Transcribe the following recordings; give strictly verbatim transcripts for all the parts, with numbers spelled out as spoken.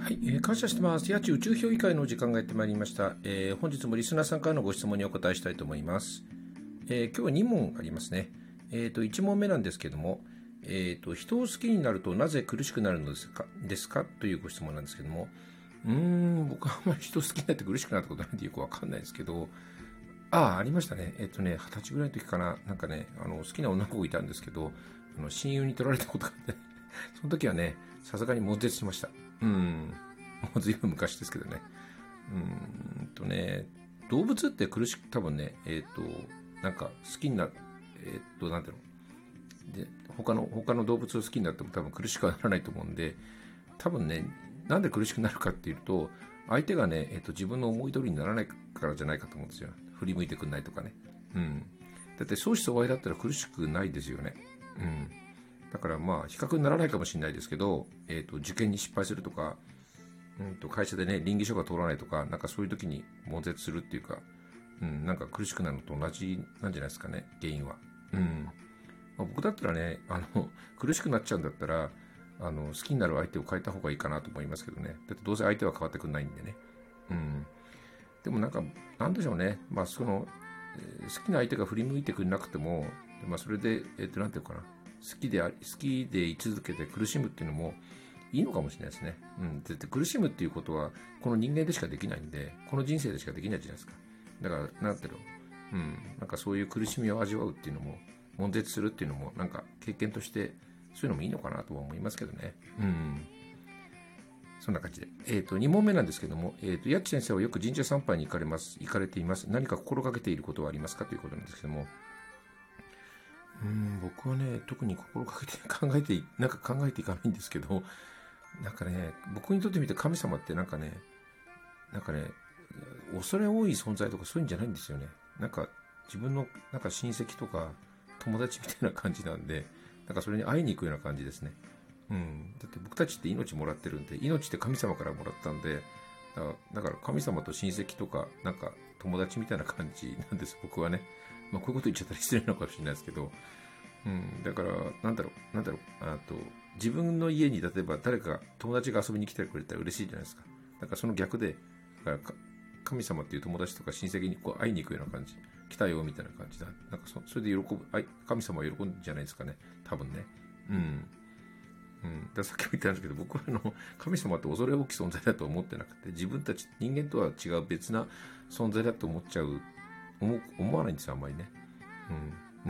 はい、えー感謝してます。八千宇宙評議会の時間がやってまいりました。えー本日もリスナーさんからのご質問にお答えしたいと思います。えー今日はに問ありますね。えーと、いち問目なんですけども、えーと、人を好きになるとなぜ苦しくなるのですか、ですかというご質問なんですけども、うーん、僕はあんまり人好きになって苦しくなったことないんでよくわかんないですけど、ああ、ありましたね。えっとね、はたちぐらいの時かな、なんかね、あの好きな女の子がいたんですけど、あの親友に取られたことがあって、その時はね、さすがに悶絶しました。うん、もうずいぶん昔ですけどね。うーんとね、動物って苦しく、多分ね、えっと、なんか好きにな、えっと、なんていうの、で、他の、他の動物を好きになっても多分苦しくはならないと思うんで、多分ね、なんで苦しくなるかっていうと、相手がね、えっと、自分の思い通りにならないからじゃないかと思うんですよ。振り向いてくんないとかね。うん。だって相思相愛だったら苦しくないですよね。うん。だからまあ、比較にならないかもしれないですけど、えっと、受験に失敗するとか、うんと会社でね、稟議書が通らないとか、なんかそういう時に悶絶するっていうか、うん、なんか苦しくなるのと同じなんじゃないですかね、原因は。うん。まあ、僕だったらね、あの、苦しくなっちゃうんだったら、あの、好きになる相手を変えた方がいいかなと思いますけどね。だってどうせ相手は変わってくんないんでね。うん。でもなんか、なんでしょうね。まあ、その、えー好きな相手が振り向いてくれなくても、まあ、それで、えっと、なんていうかな。好きであり、好きでい続けて苦しむっていうのもいいのかもしれないですね。うん。だって苦しむっていうことは、この人間でしかできないんで、この人生でしかできないじゃないですか。だから、なんていうの。うん。なんかそういう苦しみを味わうっていうのも、悶絶するっていうのも、なんか経験として、そういうのもいいのかなとは思いますけどね。うん。そんな感じで。えっ、と、に問目なんですけども、えっ、と、ヤッチ先生はよく神社参拝に行かれます、行かれています。何か心がけていることはありますかということなんですけども、うん、僕はね、特に心がけて考えて、なんか考えていかないんですけど、なんかね、僕にとってみて神様ってなんかね、なんかね、恐れ多い存在とかそういうんじゃないんですよね。なんか自分のなんか親戚とか友達みたいな感じなんで、なんかそれに会いに行くような感じですね。うん。だって僕たちって命もらってるんで、命って神様からもらったんで、だからだから神様と親戚とか、なんか友達みたいな感じなんです、僕はね。まあこういうこと言っちゃったら失礼なのかもしれないですけど、うん。だから、なんだろう、なんだろう、あと、自分の家に例えば誰か友達が遊びに来てくれたら嬉しいじゃないですか。だからその逆で、だから神様っていう友達とか親戚にこう会いに行くような感じ。来たよみたいな感じだ。なんか そ, それで喜ぶ、神様は喜ぶんじゃないですかね。多分ね。うん。うん、ださっきも言ったんですけど、僕はあの神様って恐れ多き存在だと思ってなくて、自分たち人間とは違う別な存在だと思っちゃう、思思わないんですよ、あんまりね。うん、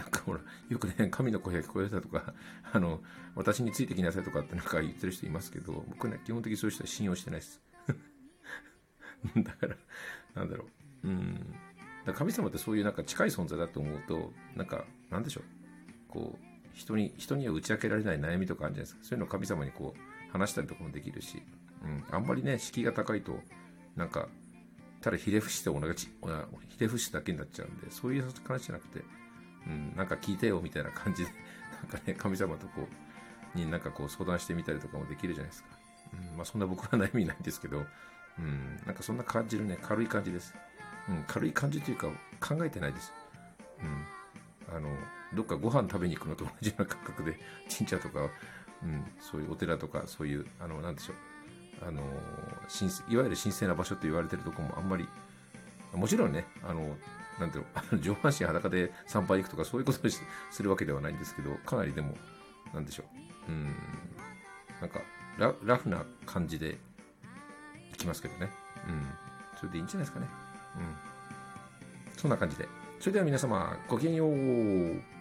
なんかほら、よくね、神の声が聞こえたとか、あの私についてきなさいとかってなんか言ってる人いますけど、僕ね、基本的にそういう人は信用してないです。だから、なんだろう、うん、だから神様ってそういうなんか近い存在だと思うと、なんか、なんでしょう、こう、人に、人には打ち明けられない悩みとかあるじゃないですか。そういうのを神様にこう、話したりとかもできるし、うん、あんまりね、敷居が高いと、なんか、ただひれ伏して同じ、ひれ伏してだけになっちゃうんで、そういう話じゃなくて、うん、なんか聞いてよみたいな感じで、なんかね、神様とこう、になんかこう相談してみたりとかもできるじゃないですか。うん、まあそんな僕は悩みないんですけど、うん、なんかそんな感じるね、軽い感じです。うん、軽い感じというか、考えてないです。うん。あの、どっかご飯食べに行くのと同じような感覚で、神社とか、うん、そういうお寺とか、そういう、あの、なんでしょう。あの、いわゆる神聖な場所と言われてるところもあんまり、もちろんね、あの、なんていうの、上半身裸で参拝行くとかそういうことをするわけではないんですけど、かなりでも、なんでしょう。うん、なんかラ、ラフな感じで行きますけどね。うん。それでいいんじゃないですかね。うん。そんな感じで。それでは皆様、ごきげんよう。